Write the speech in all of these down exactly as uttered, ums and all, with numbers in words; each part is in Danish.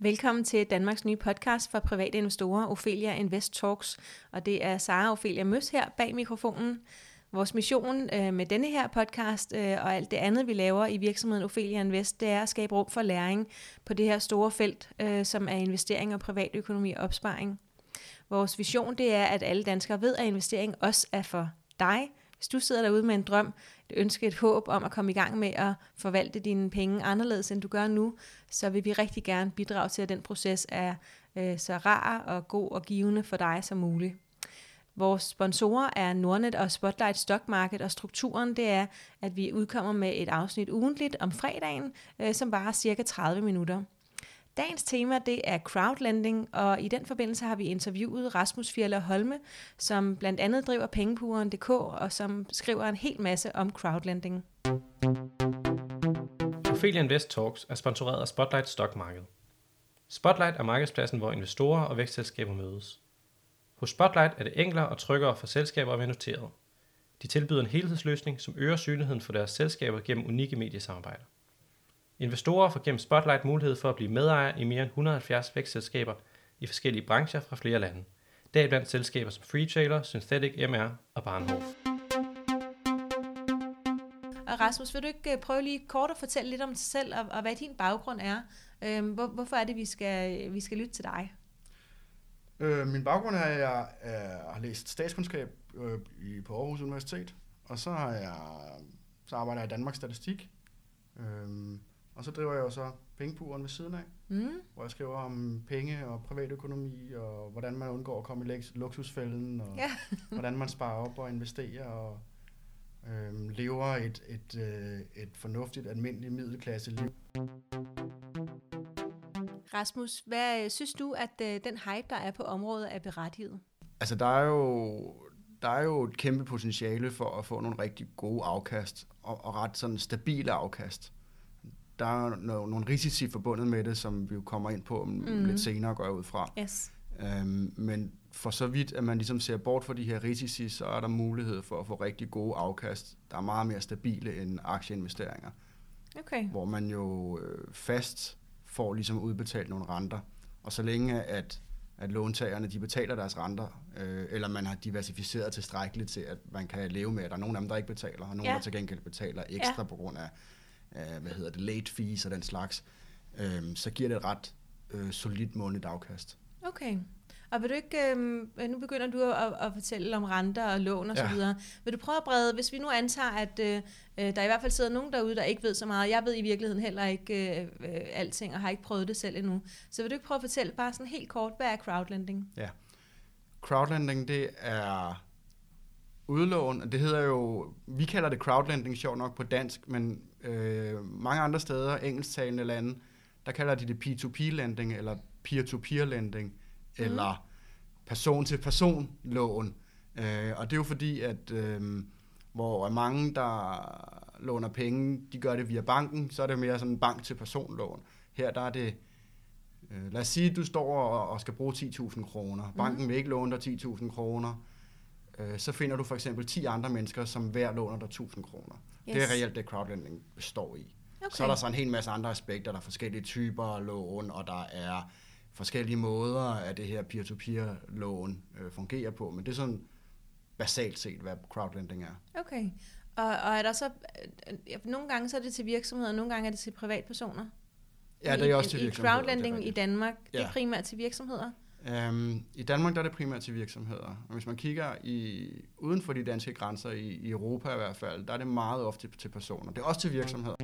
Velkommen til Danmarks nye podcast for private investorer, Ophelia Invest Talks. Og det er Sara Ophelia Møs her bag mikrofonen. Vores mission øh, med denne her podcast øh, og alt det andet, vi laver i virksomheden Ophelia Invest, det er at skabe rum for læring på det her store felt, øh, som er investering og privatøkonomi og opsparing. Vores vision det er, at alle danskere ved, at investering også er for dig. Hvis du sidder derude med en drøm, et ønske, et håb om at komme i gang med at forvalte dine penge anderledes, end du gør nu, så vil vi rigtig gerne bidrage til, at den proces er øh, så rar og god og givende for dig som muligt. Vores sponsorer er Nordnet og Spotlight Stock Market, og strukturen det er, at vi udkommer med et afsnit ugentligt om fredagen, øh, som varer cirka tredive minutter. Dagens tema det er crowdlending, og i den forbindelse har vi interviewet Rasmus Fjeller Holme, som blandt andet driver pengepuren punktum d k og som skriver en hel masse om crowdlending. Ophelia Invest Talks er sponsoreret af Spotlight Stock Market. Spotlight er markedspladsen, hvor investorer og vækstselskaber mødes. Hos Spotlight er det enklere og tryggere for selskaber at være noteret. De tilbyder en helhedsløsning, som øger synligheden for deres selskaber gennem unikke mediesamarbejder. Investorer får gennem Spotlight mulighed for at blive medejer i mere end et hundrede og halvfjerds vækstselskaber i forskellige brancher fra flere lande. Deriblandt selskaber som Freetrailer, Synthetic M R og Bahnhof. Og Rasmus, vil du ikke prøve lige kort at fortælle lidt om dig selv og, og hvad din baggrund er? Øhm, hvor, hvorfor er det, vi skal, vi skal lytte til dig? Øh, min baggrund er, at jeg er, har læst statskundskab øh, i, på Aarhus Universitet, og så, har jeg, så arbejder jeg i Danmarks Statistik. Øh, Og så driver jeg jo så pengepuren ved siden af, mm. hvor jeg skriver om penge og privatøkonomi, og hvordan man undgår at komme i luksusfælden, og ja. hvordan man sparer op og investerer, og øhm, lever et, et, et, et fornuftigt, almindeligt middelklasse-liv. Rasmus, hvad synes du, at øh, den hype, der er på området, er berettiget? Altså, der er jo, der er jo et kæmpe potentiale for at få nogle rigtig gode afkast, og, og ret sådan stabile afkast. Der er nogle risici forbundet med det, som vi jo kommer ind på mm. lidt senere, går jeg ud fra. Yes. Øhm, men for så vidt, at man ligesom ser bort fra de her risici, så er der mulighed for at få rigtig gode afkast, der er meget mere stabile end aktieinvesteringer. Okay. Hvor man jo øh, fast får ligesom udbetalt nogle renter. Og så længe at, at låntagerne de betaler deres renter, øh, eller man har diversificeret tilstrækkeligt til, at man kan leve med, at der er nogle af dem, der ikke betaler, og nogle, ja. der til gengæld betaler ekstra ja. på grund af hvad hedder det, late fees og den slags, øhm, så giver det et ret øh, solidt månedligt afkast. Okay. Og vil du ikke, øhm, nu begynder du at, at fortælle om renter og lån og ja. så videre. Vil du prøve at brede, hvis vi nu antager, at øh, der i hvert fald sidder nogen derude, der ikke ved så meget. Jeg ved i virkeligheden heller ikke øh, øh, alting, og har ikke prøvet det selv endnu. Så vil du ikke prøve at fortælle bare sådan helt kort, hvad er crowdlending? Ja. Crowdlending, det er udlån, det hedder jo, vi kalder det crowdlending, sjovt nok på dansk, men øh, mange andre steder, engelsktalende lande, der kalder de det P to P lending, eller peer-to-peer lending, mm. eller person-til-person lån. Øh, og det er jo fordi, at øh, hvor mange, der låner penge, de gør det via banken, så er det mere sådan en bank-til-person lån. Her der er det, øh, lad os sige, at du står og, og skal bruge ti tusind kroner. Banken mm. vil ikke låne dig ti tusind kroner. Så finder du for eksempel ti andre mennesker, som hver låner dig tusind kroner. Yes. Det er reelt det, crowdlending består i. Okay. Så er der så en hel masse andre aspekter. Der er forskellige typer af lån, og der er forskellige måder, at det her peer-to-peer-lån øh, fungerer på. Men det er sådan basalt set, hvad crowdlending er. Okay. Og, og er der så... Øh, nogle gange så er det til virksomheder, nogle gange er det til privatpersoner? Ja, det er også til virksomheder. I crowdlending i Danmark, ja. det er primært til virksomheder? Um, I Danmark der er det primært til virksomheder, og hvis man kigger i, uden for de danske grænser, i, i Europa i hvert fald, der er det meget ofte til, til personer. Det er også til virksomheder.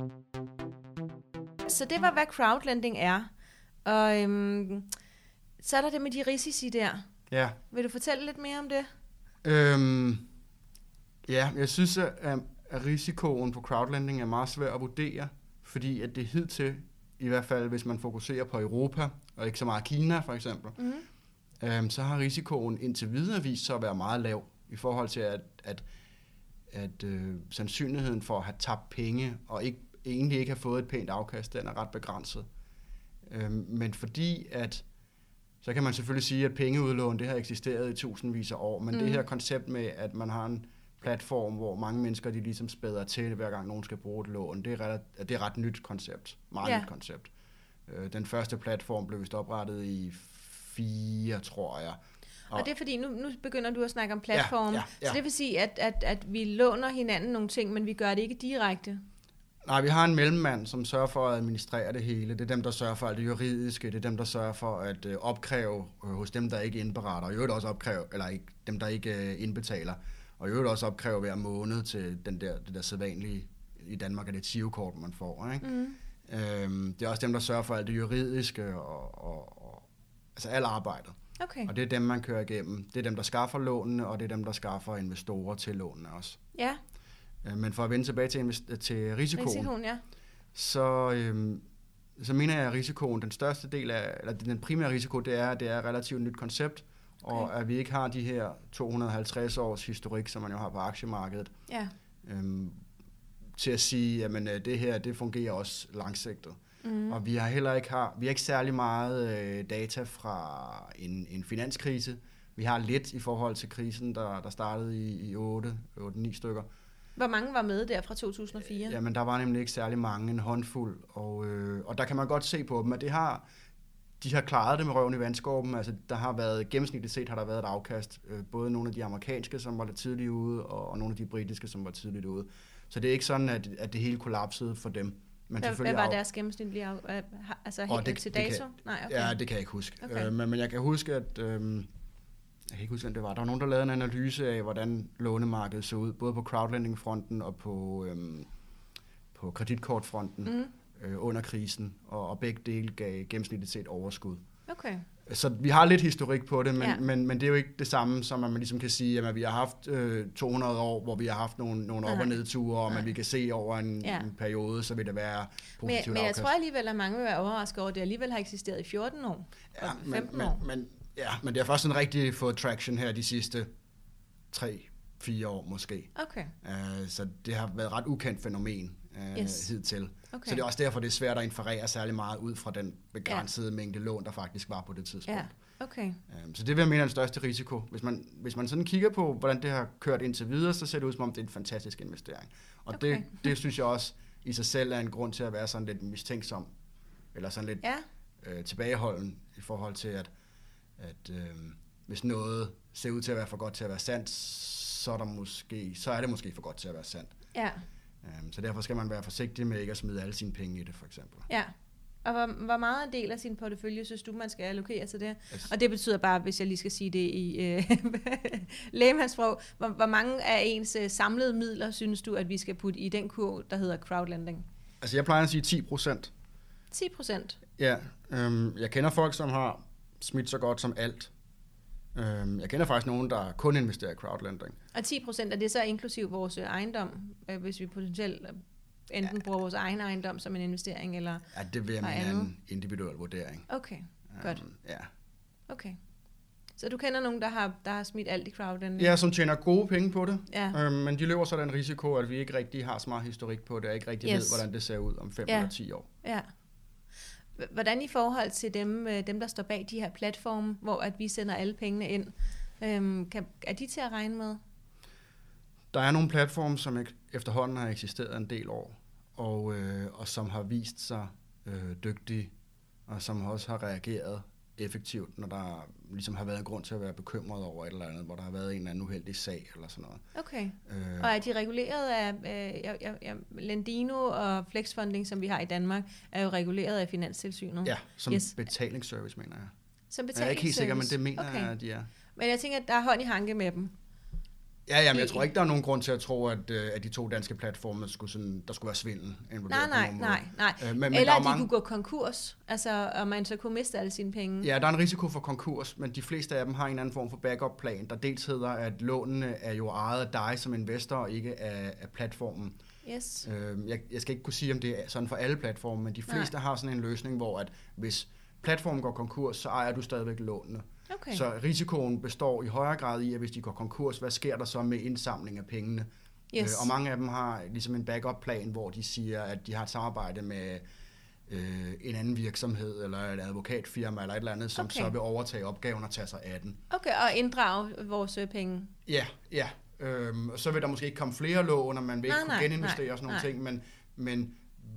Så det var, hvad crowdlending er. Og øhm, så er der det med de risici der. Ja. Vil du fortælle lidt mere om det? Um, ja, jeg synes, at, at risikoen på crowdlending er meget svær at vurdere, fordi at det hidtil, i hvert fald hvis man fokuserer på Europa, og ikke så meget Kina for eksempel, mm. øhm, så har risikoen indtil videre vist sig at være meget lav, i forhold til at, at, at øh, sandsynligheden for at have tabt penge, og ikke, egentlig ikke have fået et pænt afkast, den er ret begrænset. Øhm, men fordi at, så kan man selvfølgelig sige, at pengeudlån, det har eksisteret i tusindvis af år, men mm. det her koncept med, at man har en platform, hvor mange mennesker, de ligesom spæder til, hver gang nogen skal bruge et lån, det er ret, det er ret nyt koncept, meget ja. nyt koncept. Øh, den første platform blev vist oprettet i fire, tror jeg. Og, og det er fordi, nu, nu begynder du at snakke om platforme, ja, ja, ja. Så det vil sige, at, at, at vi låner hinanden nogle ting, men vi gør det ikke direkte? Nej, vi har en mellemmand, som sørger for at administrere det hele. Det er dem, der sørger for alt det juridiske. Det er dem, der sørger for at øh, opkræve øh, hos dem, der ikke indberetter. Og i øvrigt også opkræve, eller ikke, dem, der ikke øh, indbetaler. Og i øvrigt også opkræve hver måned til den der, det der sædvanlige, i Danmark er det et T I O-kort, man får. Ikke? Mm. Øhm, det er også dem, der sørger for alt det juridiske og, og, og altså alt arbejdet. Okay. Og det er dem, man kører igennem. Det er dem, der skaffer lånene, og det er dem, der skaffer investorer til lånene også. Ja. Men for at vende tilbage til, til risikoen, risikoen ja. så, øhm, så mener jeg, at risikoen, den største del af, eller den primære risiko, det er, at det er et relativt nyt koncept, okay. Og at vi ikke har de her to hundrede og halvtreds års historik, som man jo har på aktiemarkedet, ja. øhm, til at sige, at det her, det fungerer også langsigtet. Mm. Og vi har heller ikke, har, vi har ikke særlig meget øh, data fra en, en finanskrise. Vi har lidt i forhold til krisen, der, der startede i, i otte ni stykker. Hvor mange var med der fra to tusind og fire? Jamen, der var nemlig ikke særlig mange, en håndfuld. Og, øh, og der kan man godt se på dem, at det har, de har klaret det med røven i vandskorben. Altså, der har været, gennemsnitligt set har der været et afkast. Øh, både nogle af de amerikanske, som var lidt tidligt ude, og, og nogle af de britiske, som var tidligt ude. Så det er ikke sådan, at, at det hele kollapsede for dem. Men hvad, hvad var deres gennemsnitlige af, altså helt det, til dato? Det kan, Nej, okay. Ja, det kan jeg ikke huske. Okay. Øh, men, men jeg kan huske, at... Øh, jeg kan ikke huske, hvem det var. Der var nogen, der lavede en analyse af, hvordan lånemarkedet så ud, både på crowdlending-fronten og på, øhm, på kreditkortfronten mm. øh, under krisen, og, og begge dele gav gennemsnitligt set overskud. Okay. Så vi har lidt historik på det, men, ja. men, men det er jo ikke det samme, som at man ligesom kan sige, at vi har haft øh, to hundrede år, hvor vi har haft nogle, nogle op- og nedture, og man vi kan se over en, ja. en periode, så vil det være positivt Men, men jeg tror alligevel, at mange vil være overrasket over, at det alligevel har eksisteret i fjorten år, ja, og femten men, år. Men, men, ja, men det har først sådan rigtig fået traction her de sidste tre fire år måske. Okay. Uh, så det har været et ret ukendt fænomen uh, yes. hidtil. Okay. Så det er også derfor, det er svært at inferere særlig meget ud fra den begrænsede ja. mængde lån, der faktisk var på det tidspunkt. Ja. Okay. Uh, så det vil jeg mene er den største risiko. Hvis man, hvis man sådan kigger på, hvordan det har kørt indtil videre, så ser det ud som om, det er en fantastisk investering. Og okay. det, det synes jeg også i sig selv er en grund til at være sådan lidt mistænksom, eller sådan lidt ja. uh, tilbageholden i forhold til, at, at uh, hvis noget ser ud til at være for godt til at være sandt, så er, der måske, så er det måske for godt til at være sandt. Ja. Um, så derfor skal man være forsigtig med ikke at smide alle sine penge i det, for eksempel. Ja. Og hvor, hvor meget en del af sin portefølje synes du, man skal allokere til det? Yes. Og det betyder bare, hvis jeg lige skal sige det i øh, lægemandsprog, hvor, hvor mange af ens øh, samlede midler synes du, at vi skal putte i den kurv, der hedder crowdlending? Altså jeg plejer at sige ti procent. ti procent? Ja. Um, jeg kender folk, som har smidt så godt som alt. Um, jeg kender faktisk nogen, der kun investerer i crowdlending. Og ti procent, er det så inklusiv vores ejendom, øh, hvis vi potentielt enten ja. bruger vores egen ejendom som en investering, eller ja, det vil jeg mene en individuel vurdering. Okay, godt. Um, ja. Okay. Så du kender nogen, der har, der har smidt alt i crowdlending? Ja, som tjener gode penge på det. Ja. Um, men de løber så den risiko, at vi ikke rigtig har så meget historik på det, og ikke rigtig yes. ved, hvordan det ser ud om fem ja. eller ti år. Ja. Hvordan i forhold til dem, dem, der står bag de her platforme, hvor at vi sender alle pengene ind, øhm, kan, er de til at regne med? Der er nogle platforme, som efterhånden har eksisteret en del år, og, øh, og som har vist sig øh, dygtige, og som også har reageret effektivt, når der ligesom har været en grund til at være bekymret over et eller andet, hvor der har været en eller anden uheldig sag eller sådan noget. Okay. Øh, og er de reguleret af, øh, ja, ja, ja, Lendino og Flexfunding, som vi har i Danmark, er jo reguleret af Finanstilsynet? Ja, som yes. betalingsservice, mener jeg. Som betalingsservice? Jeg er ikke helt sikker, men det mener okay. jeg, at de er. Men jeg tænker, at der er hånd i hanke med dem. Ja, ja, men jeg tror ikke, der er nogen grund til at tro, at, at de to danske platforme skulle sådan, der skulle være svindel. Nej, nej, nej, nej. Øh, men, men eller at de mange... kunne gå konkurs, altså, og man så kunne miste alle sine penge. Ja, der er en risiko for konkurs, men de fleste af dem har en anden form for backup-plan, der dels hedder, at lånene er jo ejet af dig som investor, og ikke af, af platformen. Yes. Øh, jeg, jeg skal ikke kunne sige, om det er sådan for alle platforme, men de fleste nej. har sådan en løsning, hvor at hvis platformen går konkurs, så ejer du stadigvæk lånene. Okay. Så risikoen består i højere grad i, at hvis de går konkurs, hvad sker der så med indsamling af pengene? Yes. Øh, og mange af dem har ligesom en backup-plan, hvor de siger, at de har et samarbejde med øh, en anden virksomhed, eller et advokatfirma, eller et eller andet, som okay. så vil overtage opgaven og tage sig af den. Okay, og inddrage vores penge? Ja, ja. Øhm, så vil der måske ikke komme flere lån, og man vil ikke nej, kunne nej, geninvestere nej, og sådan nogle nej. ting, men, men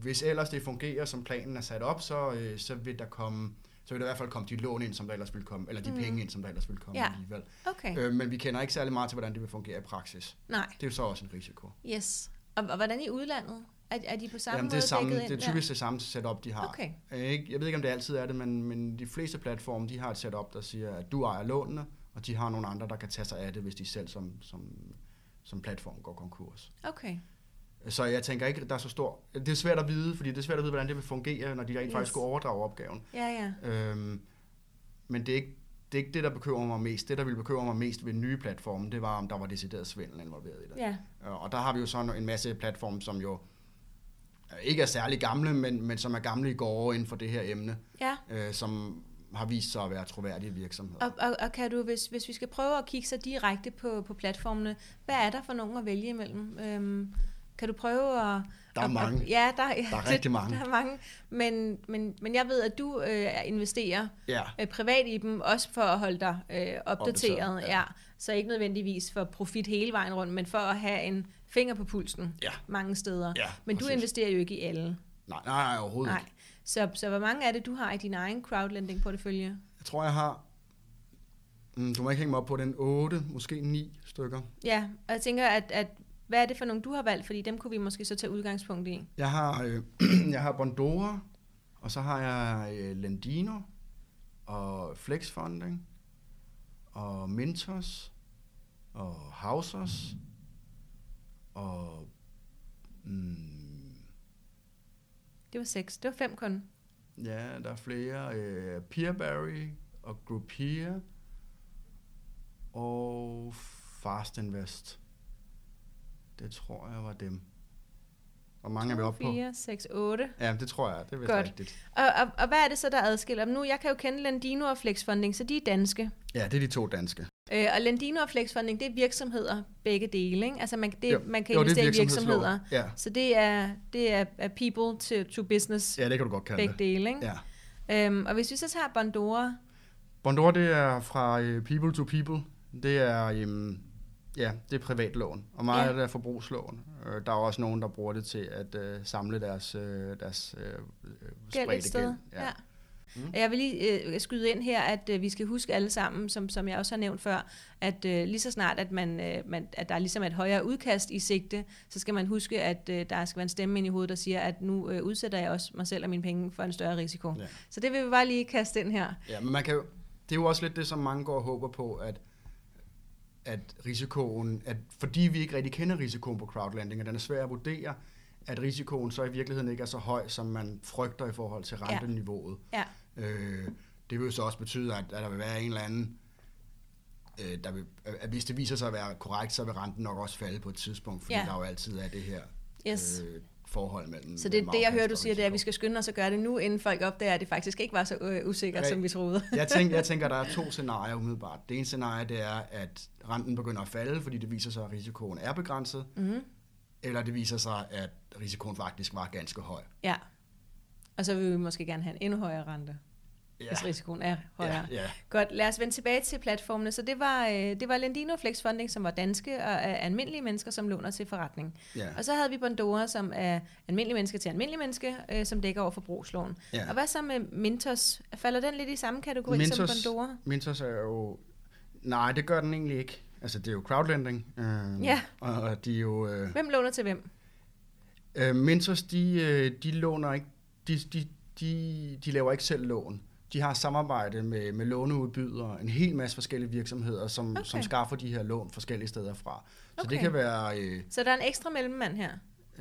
hvis ellers det fungerer, som planen er sat op, så, øh, så vil der komme, så vil der i hvert fald komme de lån ind, som der ellers vil komme, eller de mm. penge ind, som der ellers vil komme ja. alligevel. Okay. Øh, men vi kender ikke særlig meget til, hvordan det vil fungere i praksis. Nej. Det er jo så også en risiko. Yes. Og, og hvordan i udlandet? Er, er de på samme Jamen, måde det er samme, dækket ind? det er typisk det samme setup, de har. Okay. Jeg ved ikke, om det altid er det, men, men de fleste platforme, de har et setup, der siger, at du ejer lånene, og de har nogle andre, der kan tage sig af det, hvis de selv som, som, som platform går konkurs. Okay. Så jeg tænker ikke, at der er så stor... Det er svært at vide, fordi det er svært at vide, hvordan det vil fungere, når de rent yes. faktisk skulle overdrage opgaven. Ja, ja. Øhm, men det er, ikke, det er ikke det, der bekymrer mig mest. Det, der ville bekymre mig mest ved nye platforme, det var, om der var decideret svindel involveret i det. Ja. Og der har vi jo så en masse platforme, som jo ikke er særlig gamle, men, men som er gamle i går inden for det her emne, ja. øh, som har vist sig at være troværdige virksomheder. Og, og, og kan du, hvis, hvis vi skal prøve at kigge så direkte på, på platformene, hvad er der for nogen at vælge imellem? Øhm, kan du prøve at... Der er mange. At, ja, der, der er rigtig mange. Der er mange, men, men, men jeg ved, at du øh, investerer ja. øh, privat i dem, også for at holde dig øh, opdateret. opdateret ja. Ja. Så ikke nødvendigvis for profit hele vejen rundt, men for at have en finger på pulsen ja. mange steder. Ja, men præcis. du investerer jo ikke i alle. Nej, nej, nej overhovedet nej. ikke. Så, så hvor mange er det, du har i din egen crowdlending-portefølje? Jeg tror, jeg har... Mm, du må ikke hænge mig op på den otte, måske ni stykker. Ja, og jeg tænker, at, at hvad er det for nogle, du har valgt? Fordi dem kunne vi måske så tage udgangspunkt i. Jeg har, øh, jeg har Bondora, og så har jeg øh, Lendino, og Flexfunding, og Mintos, og Housers, og... Mm, det var seks. Det var fem kun. Ja, der er flere. Øh, Peerberry og Groupier og Fast Invest. Det tror jeg var dem. Hvor mange er vi oppe på? fire, seks, otte. Ja, det tror jeg. Det er vist rigtigt. Og, og, og hvad er det så, der adskiller dem nu? Jeg kan jo kende Lendino og Flexfunding, så de er danske. Ja, det er de to danske. Øh, og Lendino og Flexfunding, det er virksomheder, begge dele, ikke? Altså man, det, jo, man kan jo, investere i virksomheder. Ja. Så det er, det er, er people to, to business. Ja, det kan du godt kalde begge det. Begge dele, ikke? Ja. Øhm, og hvis vi så tager Bondora. Bondora, det er fra uh, people to people. Det er, um, ja, det er privatlån. Og meget ja. af det er forbrugslån. Uh, der er også nogen, der bruger det til at uh, samle deres, uh, deres uh, spredte gæld. Ja. Ja. Mm. Jeg vil lige øh, skyde ind her, at øh, vi skal huske alle sammen, som, som jeg også har nævnt før, at øh, lige så snart, at, man, øh, man, at der er ligesom et højere udkast i sigte, så skal man huske, at øh, der skal være en stemme ind i hovedet, der siger, at nu øh, udsætter jeg også mig selv og mine penge for en større risiko. Ja. Så det vil vi bare lige kaste ind her. Ja, men man kan jo, det er jo også lidt det, som mange går og håber på, at, at risikoen, at fordi vi ikke rigtig kender risikoen på crowdlending, og den er svær at vurdere, at risikoen så i virkeligheden ikke er så høj, som man frygter i forhold til renteniveauet. Ja. Øh, det vil jo så også betyde, at, at der vil være en eller anden, øh, der vil, at hvis det viser sig at være korrekt, så vil renten nok også falde på et tidspunkt, fordi ja. der jo altid er det her yes. øh, forhold mellem... Så det er det, jeg hører, du siger, det er, at vi skal skynde os at gøre det nu, inden folk opdager, at det faktisk ikke var så øh, usikkert, okay. som vi troede. jeg, tænker, jeg tænker, der er to scenarier umiddelbart. Det ene scenarie, det er, at renten begynder at falde, fordi det viser sig, at risikoen er begrænset, mm-hmm. eller det viser sig, at risikoen faktisk var ganske høj. Ja, og så vil vi måske gerne have en endnu højere rente, ja. hvis risikoen er højere. Ja, ja. Godt, lad os vende tilbage til platformene. Så det var, øh, det var Lendino Flexfunding, som var danske og er almindelige mennesker, som låner til forretning. Ja. Og så havde vi Bondora, som er almindelige mennesker til almindelige mennesker, øh, som dækker over forbrugslån. Ja. Og hvad så med Mintos? Falder den lidt i samme kategori Mintos, som Bondora? Mintos er jo... Nej, det gør den egentlig ikke. Altså, det er jo crowdlending. Øh, ja. Og de er jo... Øh, hvem låner til hvem? Øh, Mintos, de, de låner ikke... De, de, de, de laver ikke selv lån. De har samarbejde med, med låneudbydere, en hel masse forskellige virksomheder, som, okay. som skaffer de her lån forskellige steder fra. Så okay. det kan være... Øh, så der er en ekstra mellemmand her?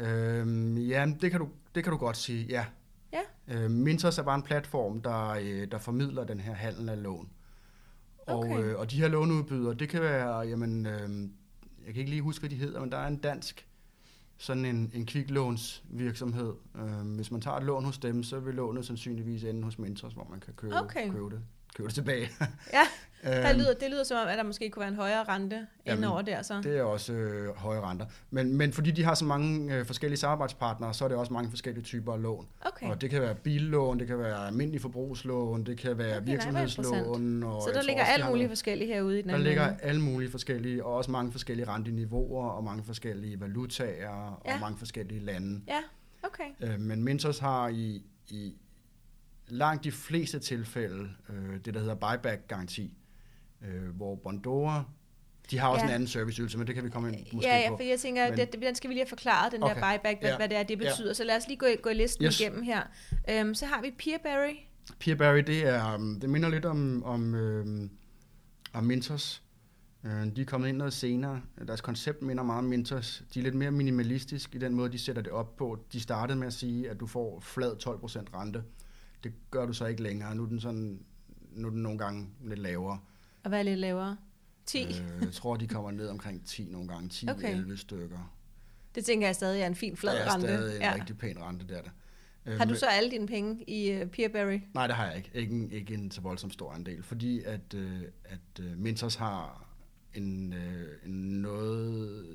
Øh, ja, det kan, du, det kan du godt sige, ja. ja. Øh, Mintos er bare en platform, der, øh, der formidler den her handel af lån. Okay. Og, øh, og de her låneudbydere, det kan være... Jamen, øh, jeg kan ikke lige huske, hvad de hedder, men der er en dansk... sådan en, en kviklånsvirksomhed. Øh, hvis man tager et lån hos dem, så vil lånet sandsynligvis ende hos Mintos, hvor man kan købe, okay. købe, det, købe det tilbage. Ja, der lyder, det lyder som om, at der måske kunne være en højere rente end over der. Så. Det er også øh, høje renter. Men, men fordi de har så mange øh, forskellige samarbejdspartnere, så er det også mange forskellige typer af lån. Okay. Og det kan være billån, det kan være almindelige forbrugslån, det kan være okay, virksomhedslån. Og så der ligger alle mulige forskellige herude i den Der ligger måde. alle mulige forskellige, og også mange forskellige renteniveauer, og mange forskellige valutaer, ja. og mange forskellige lande. Ja. Okay. Øh, men Mintos har i, i langt de fleste tilfælde øh, det, der hedder buyback-garanti, øh, hvor Bondora, de har også ja. en anden serviceydelse, men det kan vi komme ind måske ja, ja, på. for jeg tænker, men, det, den skal vi lige have forklaret, den okay. der buyback, hvad, ja. hvad det er, det betyder. Ja. Så lad os lige gå, gå listen yes. igennem her. Um, så har vi Peerberry. Peerberry, det, er, det minder lidt om, om, øh, om Mintos. De er kommet ind noget senere. Deres koncept minder meget om Mintos. De er lidt mere minimalistisk i den måde, de sætter det op på. De startede med at sige, at du får flad tolv procent rente. Det gør du så ikke længere. Nu er den, sådan, nu er den nogle gange lidt lavere. Og hvad er lidt lavere? ti? Øh, jeg tror, de kommer ned omkring ti nogle gange. ti til elleve okay. stykker. Det tænker jeg stadig er en fin flad rente. Det er stadig en ja. rigtig pæn rente, der. Har du så alle dine penge i uh, Peerberry? Nej, det har jeg ikke. Ikke en, ikke en så voldsomt stor andel. Fordi at, uh, at uh, Mintos har en, uh, en noget...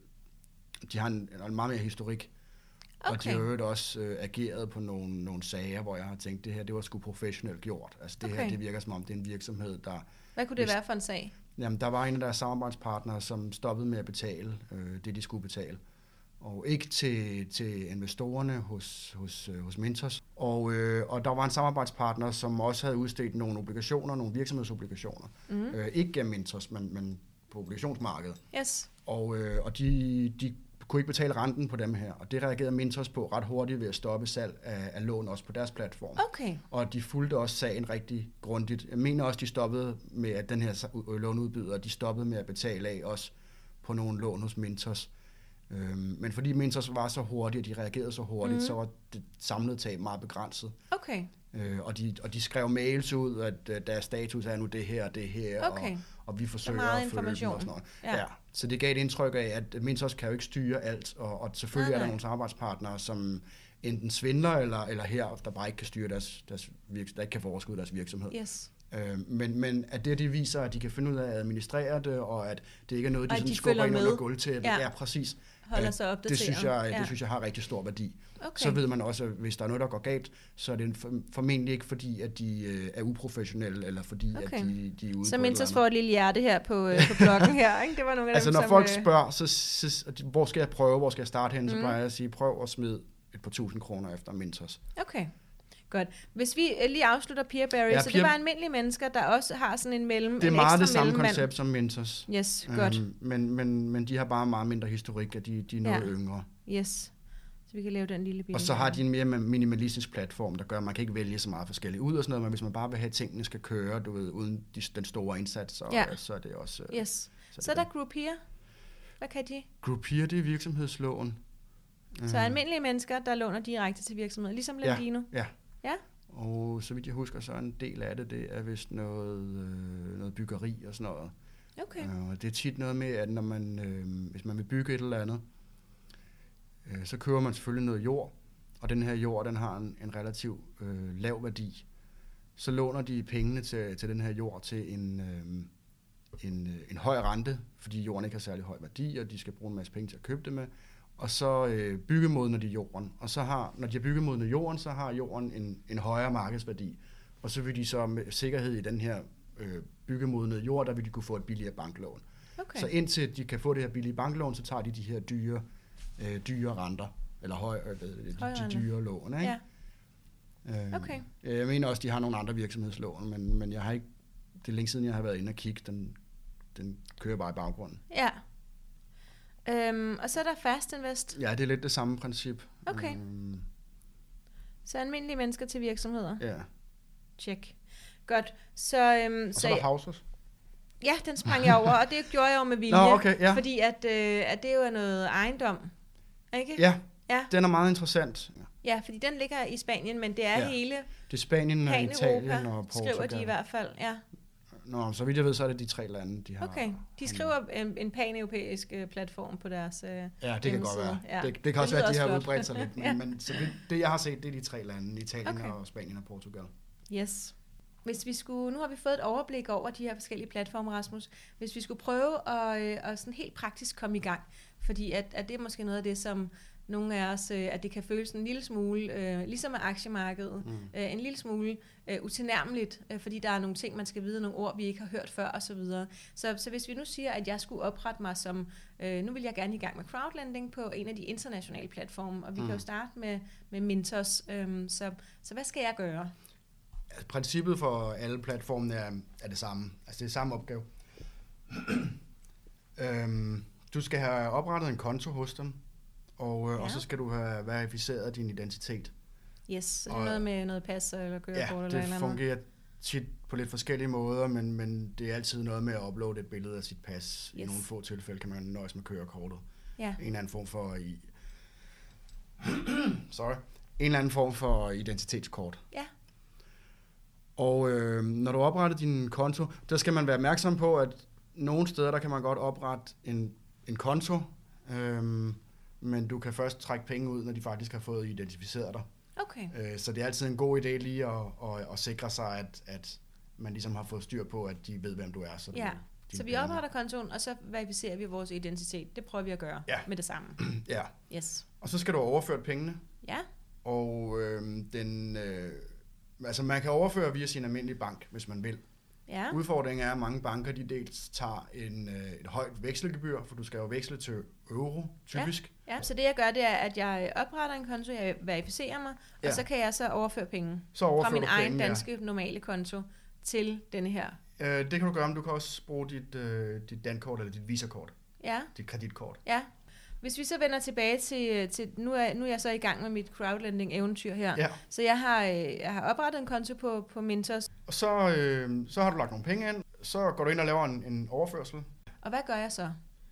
De har en, en meget mere historik. Okay. Og de har jo også uh, ageret på nogle, nogle sager, hvor jeg har tænkt, det her det var sgu professionelt gjort. Altså det okay. her, det virker som om, det er en virksomhed, der... Hvad kunne det hvis, være for en sag? Jamen, der var en af deres samarbejdspartnere, som stoppede med at betale øh, det, de skulle betale. Og ikke til, til investorerne hos, hos, øh, hos Mintos. Og, øh, og der var en samarbejdspartner, som også havde udstedt nogle obligationer, nogle virksomhedsobligationer. Mm. Øh, ikke gennem Mintos, men, men på obligationsmarkedet. Yes. Og, øh, og de, de kunne ikke betale renten på dem her. Og det reagerede Mintos på ret hurtigt ved at stoppe salg af, af lån også på deres platform. Okay. Og de fulgte også sagen rigtig grundigt. Jeg mener også, de stoppede med, at den her lånudbyder, de stoppede med at betale af også på nogle lån hos Mintos. Øhm, men fordi Mintos var så hurtigt, og de reagerede så hurtigt, mm. så var det samlede tab meget begrænset. Okay. Øh, og, de, og de skrev mails ud, at uh, deres status er nu det her og det her, okay. og, og vi forsøger at følge dem og sådan noget. Ja. Ja. Så det gav et indtryk af, at Mintos kan jo ikke styre alt, og, og selvfølgelig okay. er der nogle samarbejdspartnere, som enten svindler, eller, eller her, der bare ikke kan styre deres, deres virksomhed, der ikke kan få overskud deres virksomhed. Yes. Øh, men, men at det, de viser, at de kan finde ud af at administrere det, og at det ikke er noget, de, sådan de skubber ind under gulvtæppet. Ja. ja, præcis. Holder sig opdateret. Det synes jeg, ja. det synes jeg har rigtig stor værdi. Okay. Så ved man også, at hvis der er noget, der går galt, så er det formentlig ikke fordi, at de øh, er uprofessionelle, eller fordi, okay. at de, de er ude så på Mintos får et lille hjerte her på, øh, på bloggen her, ikke? Det var nogle af altså, dem, når som, folk øh... spørger, så, så, hvor skal jeg prøve, hvor skal jeg starte hen, mm. så plejer jeg at sige, prøv at smide et par tusind kroner efter Mintos. Okay. Godt. Hvis vi lige afslutter Peerberry, ja, så Peer... det var almindelige mennesker, der også har sådan en mellem, det er en meget ekstra det samme mellemmand. koncept som Mintos. Yes, godt. Øhm, men, men, men de har bare meget mindre historik, og de, de er noget ja. yngre. Yes. Så vi kan lave den lille bil. Og så har de en mere minimalistisk platform, der gør, at man kan ikke vælge så meget forskelligt ud og sådan noget, men hvis man bare vil have, at tingene skal køre, du ved, uden de, den store indsats, så, ja. så er det også... Yes. Så, det så er der Groupier. Hvad kan de? Groupier, det er virksomhedslån. Så almindelige mennesker, der låner direkte til virksomheder, ligesom Lendino? Ja. Ja. Og så vidt jeg husker, så er en del af det, det er vist noget, øh, noget byggeri og sådan noget. Okay. Øh, og det er tit noget med, at når man, øh, hvis man vil bygge et eller andet, øh, så køber man selvfølgelig noget jord, og den her jord, den har en, en relativ øh, lav værdi. Så låner de pengene til, til den her jord til en, øh, en, en høj rente, fordi jorden ikke har særlig høj værdi, og de skal bruge en masse penge til at købe det med. Og så øh, byggemodner de jorden. Og så har, når de har byggemodnet jorden, så har jorden en, en højere markedsværdi. Og så vil de så med sikkerhed i den her øh, byggemodnede jord, der vil de kunne få et billigere banklån. Okay. Så indtil de kan få det her billige banklån, så tager de de her dyre, øh, dyre renter, eller høj, øh, de, de dyre lån. Ikke? Ja. Øh, okay. Jeg mener også, de har nogle andre virksomhedslån, men, men jeg har ikke, det er længe siden, jeg har været inde og kigge. Den, den kører bare i baggrunden. Ja. Øhm, og så er der Fast Invest. Ja, det er lidt det samme princip. Okay. Øhm. Så almindelige mennesker til virksomheder. Ja. Check. Godt. Så, øhm, og så, så er der Houses. Ja, den sprang jeg over, og det gjorde jeg jo med vilje. Nå, okay, ja. Fordi at, øh, at det jo er noget ejendom. Ikke? Ja, ja, den er meget interessant. Ja, fordi den ligger i Spanien, men det er ja. hele det er Spanien og Italien og Portugal. Skriver de i hvert fald, ja. Nå, så vidt jeg ved, så er det de tre lande, de har. Okay, de skriver en, en pan-europæisk uh, platform på deres uh, ja, det kan godt være. Ja. Det, det kan også være, at de har udbredt sig lidt. Men, ja. men så det, det, jeg har set, det er de tre lande, Italien okay. og Spanien og Portugal. Yes. Hvis vi skulle, nu har vi fået et overblik over de her forskellige platforme, Rasmus. Hvis vi skulle prøve at, at sådan helt praktisk komme i gang, fordi at, at det er måske noget af det, som nogle af os, øh, at det kan føles en lille smule, øh, ligesom med aktiemarkedet, mm. øh, en lille smule øh, utilnærmeligt, øh, fordi der er nogle ting, man skal vide, nogle ord, vi ikke har hørt før, osv. Så, så hvis vi nu siger, at jeg skulle oprette mig som, øh, nu vil jeg gerne i gang med crowdlending på en af de internationale platforme, og vi mm. kan jo starte med, med Mintos, øh, så, så hvad skal jeg gøre? Altså, princippet for alle platformene er, er det samme. Altså det er samme opgave. øhm, du skal have oprettet en konto hos dem, og, øh, ja. og så skal du have verificeret din identitet. Yes, så det er noget med noget pas eller kørekort ja, eller eller det fungerer tit på lidt forskellige måder, men, men det er altid noget med at uploade et billede af sit pas. Yes. I nogle få tilfælde kan man nøjes med kørekortet. Ja. En eller anden form for i Sorry. En eller anden form for identitetskort. Ja. Og øh, når du opretter din konto, der skal man være opmærksom på, at nogle steder, der kan man godt oprette en, en konto, øh, men du kan først trække penge ud, når de faktisk har fået identificeret dig. Okay. Øh, så det er altid en god idé lige at, at, at sikre sig, at, at man ligesom har fået styr på, at de ved, hvem du er. Så, ja. du, så vi opretter kontoen, og så verificerer vi vores identitet. Det prøver vi at gøre ja. med det samme. Ja. Yes. Og så skal du overføre pengene. Ja. Og øh, den... Øh, altså man kan overføre via sin almindelige bank, hvis man vil. Ja. Udfordringen er, at mange banker de dels tager en, øh, et højt vekselgebyr, for du skal jo veksle til euro, typisk. Ja. ja, så det jeg gør, det er, at jeg opretter en konto, jeg verificerer mig, ja. og så kan jeg så overføre penge så overfører fra min egen penge, danske ja. normale konto til denne her. Øh, det kan du gøre, men du kan også bruge dit, øh, dit dankort eller dit visakort. Ja. Dit kreditkort. Ja. Hvis vi så vender tilbage til, til nu, er, nu er jeg så i gang med mit crowdlending-eventyr her. Ja. Så jeg har, jeg har oprettet en konto på, på Mintos. Og så, øh, så har du lagt nogle penge ind, så går du ind og laver en, en overførsel. Og hvad gør jeg så? Er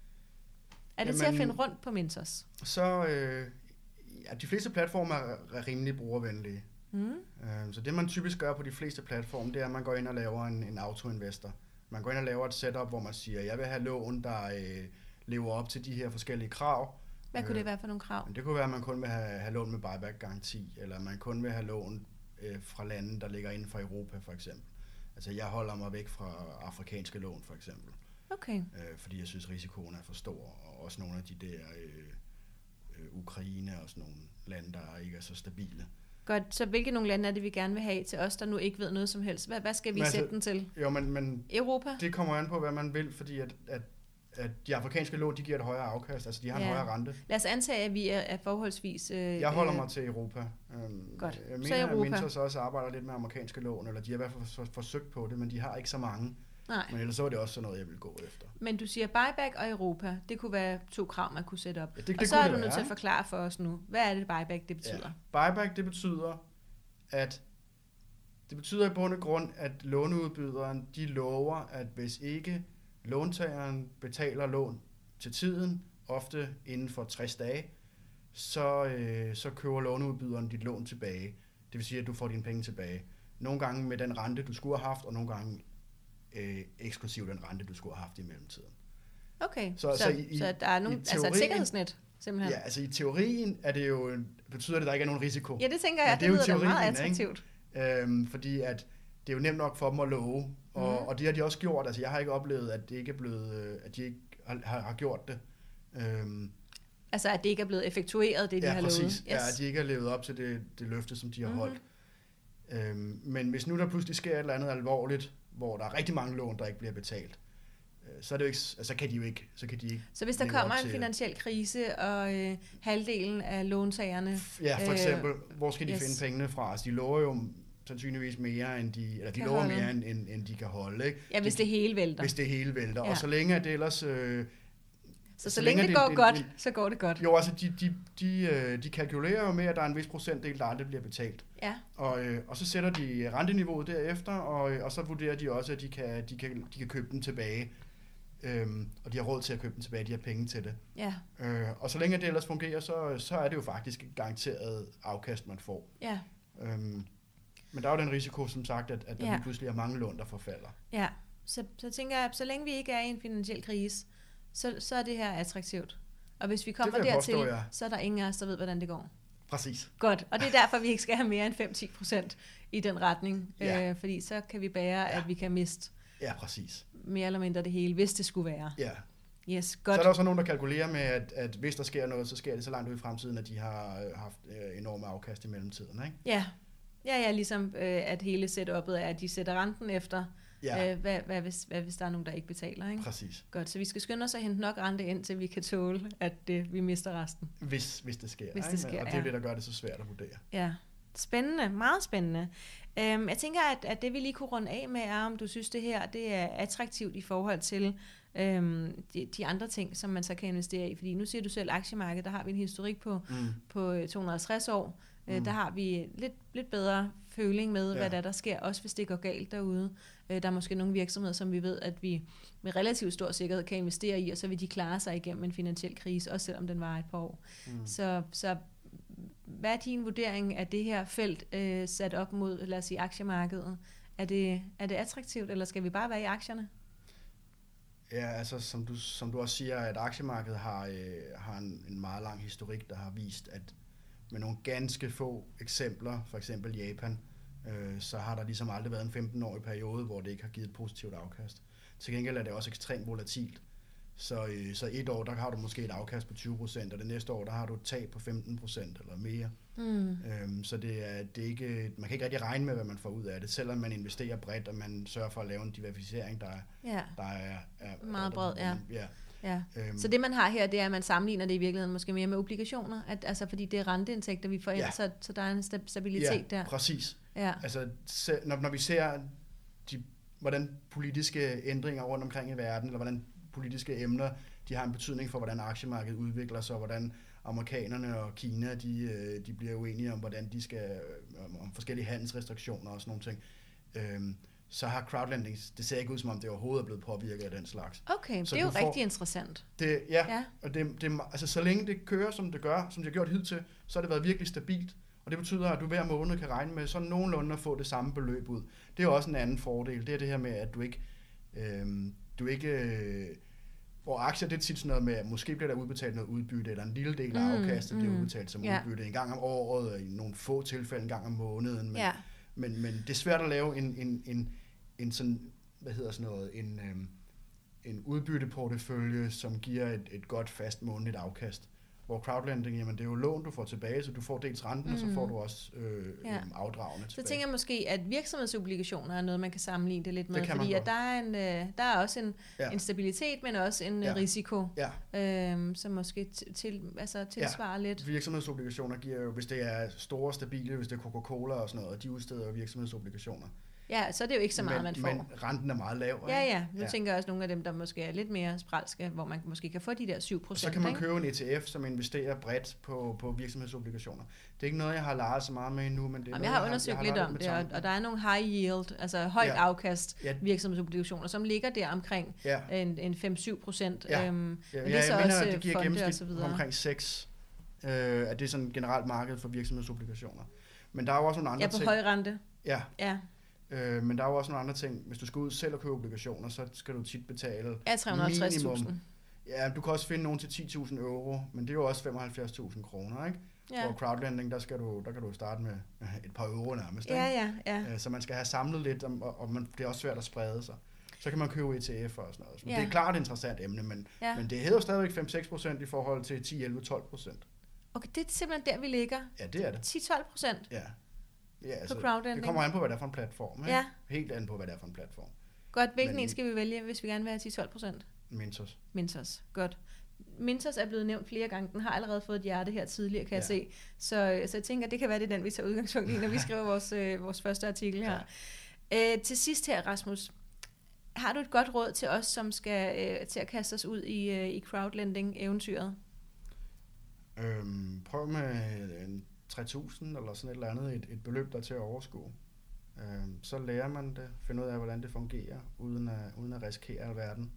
det Jamen, til at finde rundt på Mintos? Så, øh, ja, de fleste platforme er rimelig brugervenlige. Mm. Øh, så det man typisk gør på de fleste platforme, det er, at man går ind og laver en, en autoinvestor. Man går ind og laver et setup, hvor man siger, jeg vil have lån, der... Øh, lever op til de her forskellige krav. Hvad kunne det være for nogle krav? Det kunne være, at man kun vil have, have lån med buyback-garanti, eller man kun vil have lån øh, fra lande, der ligger inden for Europa, for eksempel. Altså, jeg holder mig væk fra afrikanske lån, for eksempel. Okay. Øh, fordi jeg synes, risikoen er for stor, og også nogle af de der øh, øh, Ukraine og sådan nogle lande, der ikke er så stabile. Godt, så hvilke nogle lande er det, vi gerne vil have til os, der nu ikke ved noget som helst? Hvad, hvad skal vi men sætte altså, den til? Jo, men, men Europa? Det kommer an på, hvad man vil, fordi at, at at de afrikanske lån, de giver et højere afkast, altså de har ja. en højere rente. Lad os antage, at vi er, er forholdsvis... Øh, jeg holder mig til Europa. Øhm, Godt. Jeg mener, at Mintos også arbejder lidt med amerikanske lån, eller de har i hvert fald for, for, forsøgt på det, men de har ikke så mange. Nej. Men ellers så er det også sådan noget, jeg vil gå efter. Men du siger buyback og Europa, det kunne være to krav, man kunne sætte op. Ja, det, det og så er du nødt til at forklare for os nu, hvad er det buyback, det betyder? Ja. Buyback, det betyder, at det betyder i bund og grund, at låneudbyderen, de lover, at hvis ikke låntageren betaler lån til tiden, ofte inden for tres dage, så, øh, så køber låneudbyderen dit lån tilbage. Det vil sige, at du får dine penge tilbage. Nogle gange med den rente, du skulle have haft, og nogle gange øh, eksklusiv den rente, du skulle have haft i mellemtiden. Okay, så, så, så, i, så der er nogle, teorien, altså et sikkerhedsnet, simpelthen? Ja, altså i teorien er det jo, betyder det, at der ikke er nogen risiko. Ja, det tænker jeg, det, det lyder teorien, meget attraktivt. Øhm, fordi at det er jo nemt nok for dem at love, og, mm. og det har de også gjort. Altså jeg har ikke oplevet, at det ikke er blevet, at de ikke har, har gjort det. Øhm, altså at det ikke er blevet effektueret, det de ja, har præcis. lovet. Yes. Ja, at de ikke har levet op til det, det løfte, som de har mm-hmm. holdt. Øhm, men hvis nu der pludselig sker et eller andet alvorligt, hvor der er rigtig mange lån, der ikke bliver betalt, øh, så er det jo ikke, altså kan de jo ikke, så kan de ikke. Så hvis der kommer en finansiel krise og øh, halvdelen af låntagerne, ja, for eksempel, øh, hvor skal de yes. finde pengene fra? Altså de lover jo sandsynligvis mere, end de, eller de lover holde. mere, end, end, end de kan holde. Ikke? Ja, hvis de, det hele vælter. Hvis det hele vælter. Ja. Og så længe det ellers... Øh, så, så, så længe, længe det går det, godt, det, så går det godt. Jo, altså de, de, de, de kalkulerer jo med, at der er en vis procentdel, der aldrig bliver betalt. Ja. Og, øh, og så sætter de renteniveauet derefter, og, og så vurderer de også, at de kan, de kan, de kan købe den tilbage. Øhm, og de har råd til at købe den tilbage, de har penge til det. Ja. Øh, og så længe det ellers fungerer, så, så er det jo faktisk et garanteret afkast, man får. Ja. Øhm, Men der er jo den risiko, som sagt, at, at der ja. pludselig er mange lån, der forfalder. Ja, så, så tænker jeg, så længe vi ikke er i en finansiel krise, så, så er det her attraktivt. Og hvis vi kommer dertil, påstå, ja. så er der ingen af os, der ved, hvordan det går. Præcis. Godt, og det er derfor, vi ikke skal have mere end fem til ti procent i den retning. Ja. Øh, fordi så kan vi bære, ja. at vi kan miste ja, præcis. mere eller mindre det hele, hvis det skulle være. Ja, Yes, godt. Så er der også nogen, der kalkulerer med, at, at hvis der sker noget, så sker det så langt ud i fremtiden, at de har øh, haft øh, enorme afkast i mellemtiden. Ikke? Ja, ja, ja ligesom øh, at hele setup'et er, at de sætter renten efter, Ja. øh, hvad, hvad, hvis, hvad hvis der er nogen, der ikke betaler. Ikke? Præcis. Godt, så vi skal skynde os at hente nok rente ind, til vi kan tåle, at øh, vi mister resten. Hvis, hvis det sker. Hvis det ikke? sker, og det er ja. det, der gør det så svært at vurdere. Ja, spændende, meget spændende. Øhm, jeg tænker, at, at det vi lige kunne runde af med er, om du synes, det her det er attraktivt i forhold til øhm, de, de andre ting, som man så kan investere i. Fordi nu siger du selv aktiemarkedet, der har vi en historik på, Mm. på to hundrede og halvtreds år. Mm. Øh, der har vi lidt, lidt bedre føling med, Ja. hvad der, der sker, også hvis det går galt derude. Øh, der er måske nogle virksomheder, som vi ved, at vi med relativt stor sikkerhed kan investere i, og så vil de klare sig igennem en finansiel krise, også selvom den var et par år. Mm. Så, så hvad er din vurdering af det her felt øh, sat op mod, lad os sige, aktiemarkedet? Er det, er det attraktivt, eller skal vi bare være i aktierne? Ja, altså som du, som du også siger, at aktiemarkedet har, øh, har en, en meget lang historik, der har vist, at med nogle ganske få eksempler, for eksempel Japan, øh, så har der ligesom aldrig været en femten-årig periode, hvor det ikke har givet et positivt afkast. Til gengæld er det også ekstremt volatilt. Så, øh, så et år, der har du måske et afkast på tyve procent, og det næste år, der har du et tab på femten procent eller mere. Mm. Øhm, så det er, det er ikke, man kan ikke rigtig regne med, hvad man får ud af det, selvom man investerer bredt, og man sørger for at lave en diversificering, der er, Ja, der er, er meget bred, ja. ja. ja. Øhm, Så det man har her, det er, at man sammenligner det i virkeligheden måske mere med obligationer, at, altså fordi det er renteindtægter, vi får ind, Ja. så, så der er en sta- stabilitet ja, der. præcis. Ja, Altså, se, når, når vi ser, de, hvordan politiske ændringer rundt omkring i verden, eller hvordan politiske emner, de har en betydning for, hvordan aktiemarkedet udvikler sig, og hvordan amerikanerne og Kina, de, de bliver uenige om, hvordan de skal, om, om forskellige handelsrestriktioner og sådan nogle ting. Øhm, så har crowdlending, det ser ikke ud som om det overhovedet er blevet påvirket af den slags. okay, Så det er jo du får- rigtig interessant. Det, ja, Ja. og det, det, altså, så længe det kører, som det gør, som det har gjort hidtil, så har det været virkelig stabilt. Og det betyder, at du hver måned kan regne med sådan nogenlunde at få det samme beløb ud. Det er også en anden fordel. Det er det her med, at du ikke... Øhm, du ikke øh, hvor aktier, det er tit sådan noget med, at måske bliver der udbetalt noget udbytte, eller en lille del af Mm, afkastet bliver mm. udbetalt som Ja. udbytte en gang om året, og i nogle få tilfælde en gang om måneden. Men, Ja, men, men det er svært at lave en, en, en, en sådan, hvad hedder sådan noget, en, øhm, en udbytteportefølje, som giver et, et godt fast månedligt afkast. Hvor crowdlending, jamen det er jo lån, du får tilbage, så du får dels renten, mm. og så får du også øh, Ja. øhm, afdragene så tilbage. tænker jeg måske, at virksomhedsobligationer er noget, man kan sammenligne det lidt med, Det kan man fordi at godt. der er, en, øh, der er også en, Ja. en stabilitet, men også en Ja. ja. risiko, Ja, øhm, som måske til, til, altså tilsvarer ja. lidt. virksomhedsobligationer giver jo, hvis det er store, stabile, hvis det er Coca-Cola og sådan noget, de udsteder jo virksomhedsobligationer. Ja, så er det jo ikke så meget, men, man får. Men renten er meget lav. Ja, ikke? ja. Nu Ja. tænker jeg også nogle af dem, der måske er lidt mere spralske, hvor man måske kan få de der syv Og procent. så kan man købe en E T F, som investerer bredt på, på virksomhedsobligationer. Det er ikke noget, jeg har leget så meget med endnu, men det er Jamen, noget, jeg har undersøgt jeg har lidt leget om med det, og, tanken. og der er nogle high yield, altså højt Ja. afkast Ja. virksomhedsobligationer, som ligger der omkring Ja, en, en fem til syv procent. Ja. Øhm, ja, men ja, det er så jeg mener, også at det giver fonde og gennemsnit så på videre. omkring seks, øh, at det er sådan et generelt marked for virksomhedsobligationer. Men der er jo også nogle andre Ja, på ting. høj rente. Ja, Ja, øh, men der er jo også nogle andre ting. Hvis du skal ud selv og købe obligationer, så skal du tit betale ja tre hundrede og halvtreds tusind. minimum. Ja, du kan også finde nogen til ti tusind euro, men det er jo også femoghalvfjerds tusind kroner, ikke? Ja. Hvor crowdlending, der, skal du, der kan du starte med et par euro nærmest, Ja, ikke? ja, ja. Øh, Så man skal have samlet lidt, og, og man, det er også svært at sprede sig. Så kan man købe E T F'er og sådan noget. Men Ja. det er klart et interessant emne, men, Ja. men det hedder stadigvæk fem til seks procent i forhold til ti, elleve, tolv procent. Okay, det er simpelthen der, vi ligger. Ja, det er det. ti til tolv procent Ja. Ja, altså, crowdlending. det kommer an på, hvad det er for en platform. Ikke? Ja. Helt an på, hvad det er for en platform. Godt, hvilken Men- en skal vi vælge, hvis vi gerne vil have ti til tolv procent? Mintos. Mintos, godt. Mintos er blevet nævnt flere gange. Den har allerede fået et hjerte her tidligere, kan jeg Ja. se. Så, så jeg tænker, at det kan være, det er den, vi tager udgangspunkt i, når vi skriver vores, øh, vores første artikel her. Ja. Øh, til sidst her, Rasmus. Har du et godt råd til os, som skal øh, til at kaste os ud i, øh, i crowdlending-eventyret? Øhm, prøv med en tre tusind eller sådan et eller andet, et, et beløb, der er til at overskue. Øhm, så lærer man det, finder ud af, hvordan det fungerer, uden at, uden at risikere alverden.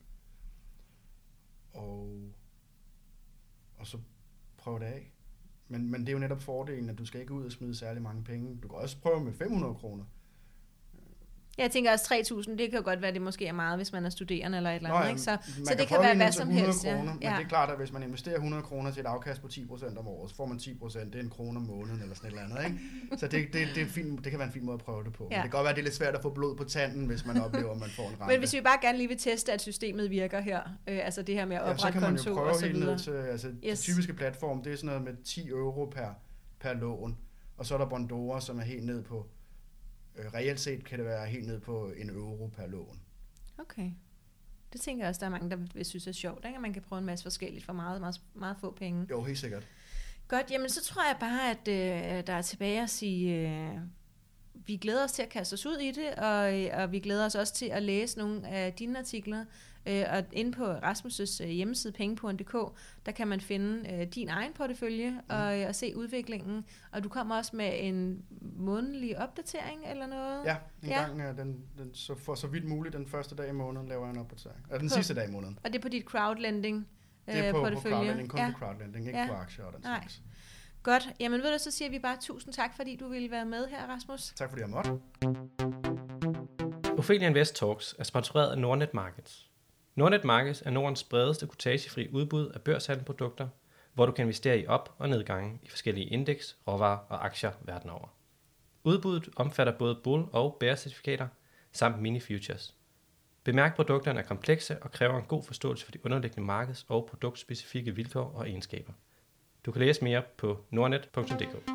Og, og så prøv det af. Men, men det er jo netop fordelen, at du skal ikke ud og smide særlig mange penge. Du kan også prøve med fem hundrede kroner. Jeg tænker også tre tusind, det kan jo godt være, det måske er meget, hvis man er studerende eller et eller andet. Nå, ikke? Så, man så det kan kan være hvad helt som hundrede helst. Kroner, Ja. men Ja. det er klart, at hvis man investerer hundrede kroner til et afkast på ti procent om året, så får man ti procent, det er en krone om måneden eller sådan et eller andet. Ikke? Så det, det, det, er en fin, det kan være en fin måde at prøve det på. Ja. Men det kan godt være, at det er lidt svært at få blod på tanden, hvis man oplever, at man får en rente. Men hvis vi bare gerne lige vil teste, at systemet virker her, øh, altså det her med at ja, oprette så kan man konto jo og prøve så helt videre. ned til, altså Yes. det typiske platform, det er sådan noget med ti euro per, per lån, og så er der Bondora, som er helt ned på, øh, reelt set kan det være helt ned på en euro per lån. Okay. Det tænker jeg også, der er mange, der vil synes er sjovt, ikke? At man kan prøve en masse forskelligt for meget, meget, meget få penge. Jo, helt sikkert. Godt, jamen så tror jeg bare, at øh, der er tilbage at sige, øh, vi glæder os til at kaste os ud i det, og, øh, og vi glæder os også til at læse nogle af dine artikler. Øh, og inde på Rasmus' øh, hjemmeside pengepodden punktum d k, der kan man finde øh, din egen portefølje mm. og, øh, og se udviklingen. Og du kommer også med en månedlig opdatering eller noget? Ja, en ja. gang, den, den, så for så vidt muligt den første dag i måneden laver jeg en opdatering. Ja, den på, sidste dag i måneden. Og det er på dit crowdlending øh, Det er på, på portefølje? crowdlending, kun ja. på crowdlending, ikke ja. på aktier og den Nej. slags. Godt, jamen ved du, så siger vi bare tusind tak, fordi du ville være med her, Rasmus. Tak fordi jeg måtte. Ophelia Invest Talks er sponsoreret af Nordnet Markets. Nordnet Markets er Nordens bredeste kortagefri udbud af børshandelprodukter, hvor du kan investere i op- og nedgange i forskellige indeks, råvarer og aktier verden over. Udbuddet omfatter både bull- og bear-certifikater samt mini-futures. Bemærk, produkterne er komplekse og kræver en god forståelse for de underliggende markeds- og produktspecifikke vilkår og egenskaber. Du kan læse mere på nordnet punktum d k.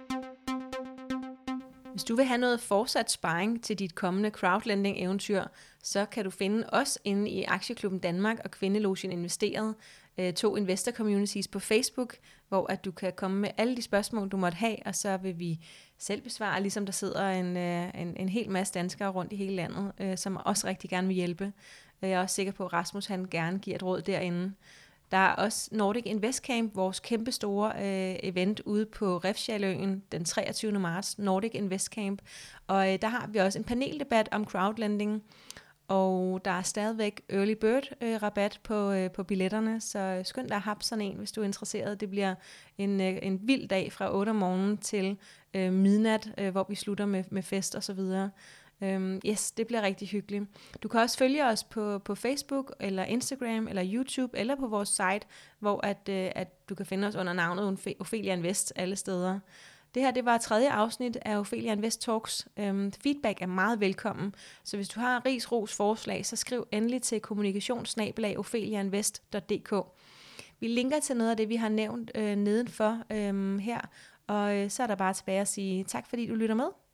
Hvis du vil have noget fortsat sparring til dit kommende crowdlending-eventyr, så kan du finde os inde i Aktieklubben Danmark og Kvindelogen Investeret, to investor communities på Facebook, hvor at du kan komme med alle de spørgsmål, du måtte have, og så vil vi selv besvare, ligesom der sidder en, en, en hel masse danskere rundt i hele landet, som også rigtig gerne vil hjælpe. Jeg er også sikker på, at Rasmus han gerne giver et råd derinde. Der er også Nordic Invest Camp, vores kæmpe store øh, event ude på Refshaleøen den treogtyvende marts, Nordic Invest Camp. Og øh, der har vi også en paneldebat om crowdlending, og der er stadigvæk early bird øh, rabat på, øh, på billetterne, så skynd dig at have sådan en, hvis du er interesseret. Det bliver en, øh, en vild dag fra otte om morgenen til øh, midnat, øh, hvor vi slutter med, med fest og så videre. Um, yes, det bliver rigtig hyggeligt. Du kan også følge os på, på Facebook, eller Instagram, eller YouTube, eller på vores site, hvor at, uh, at du kan finde os under navnet Ophelia Invest alle steder. Det her, det var tredje afsnit af Ophelia Invest Talks. Um, feedback er meget velkommen, så hvis du har ris, ros, forslag, så skriv endelig til kommunikation snabel-a ophelia invest punktum d k. Vi linker til noget af det, vi har nævnt øh, nedenfor øh, her, og øh, så er der bare tilbage at sige tak, fordi du lytter med.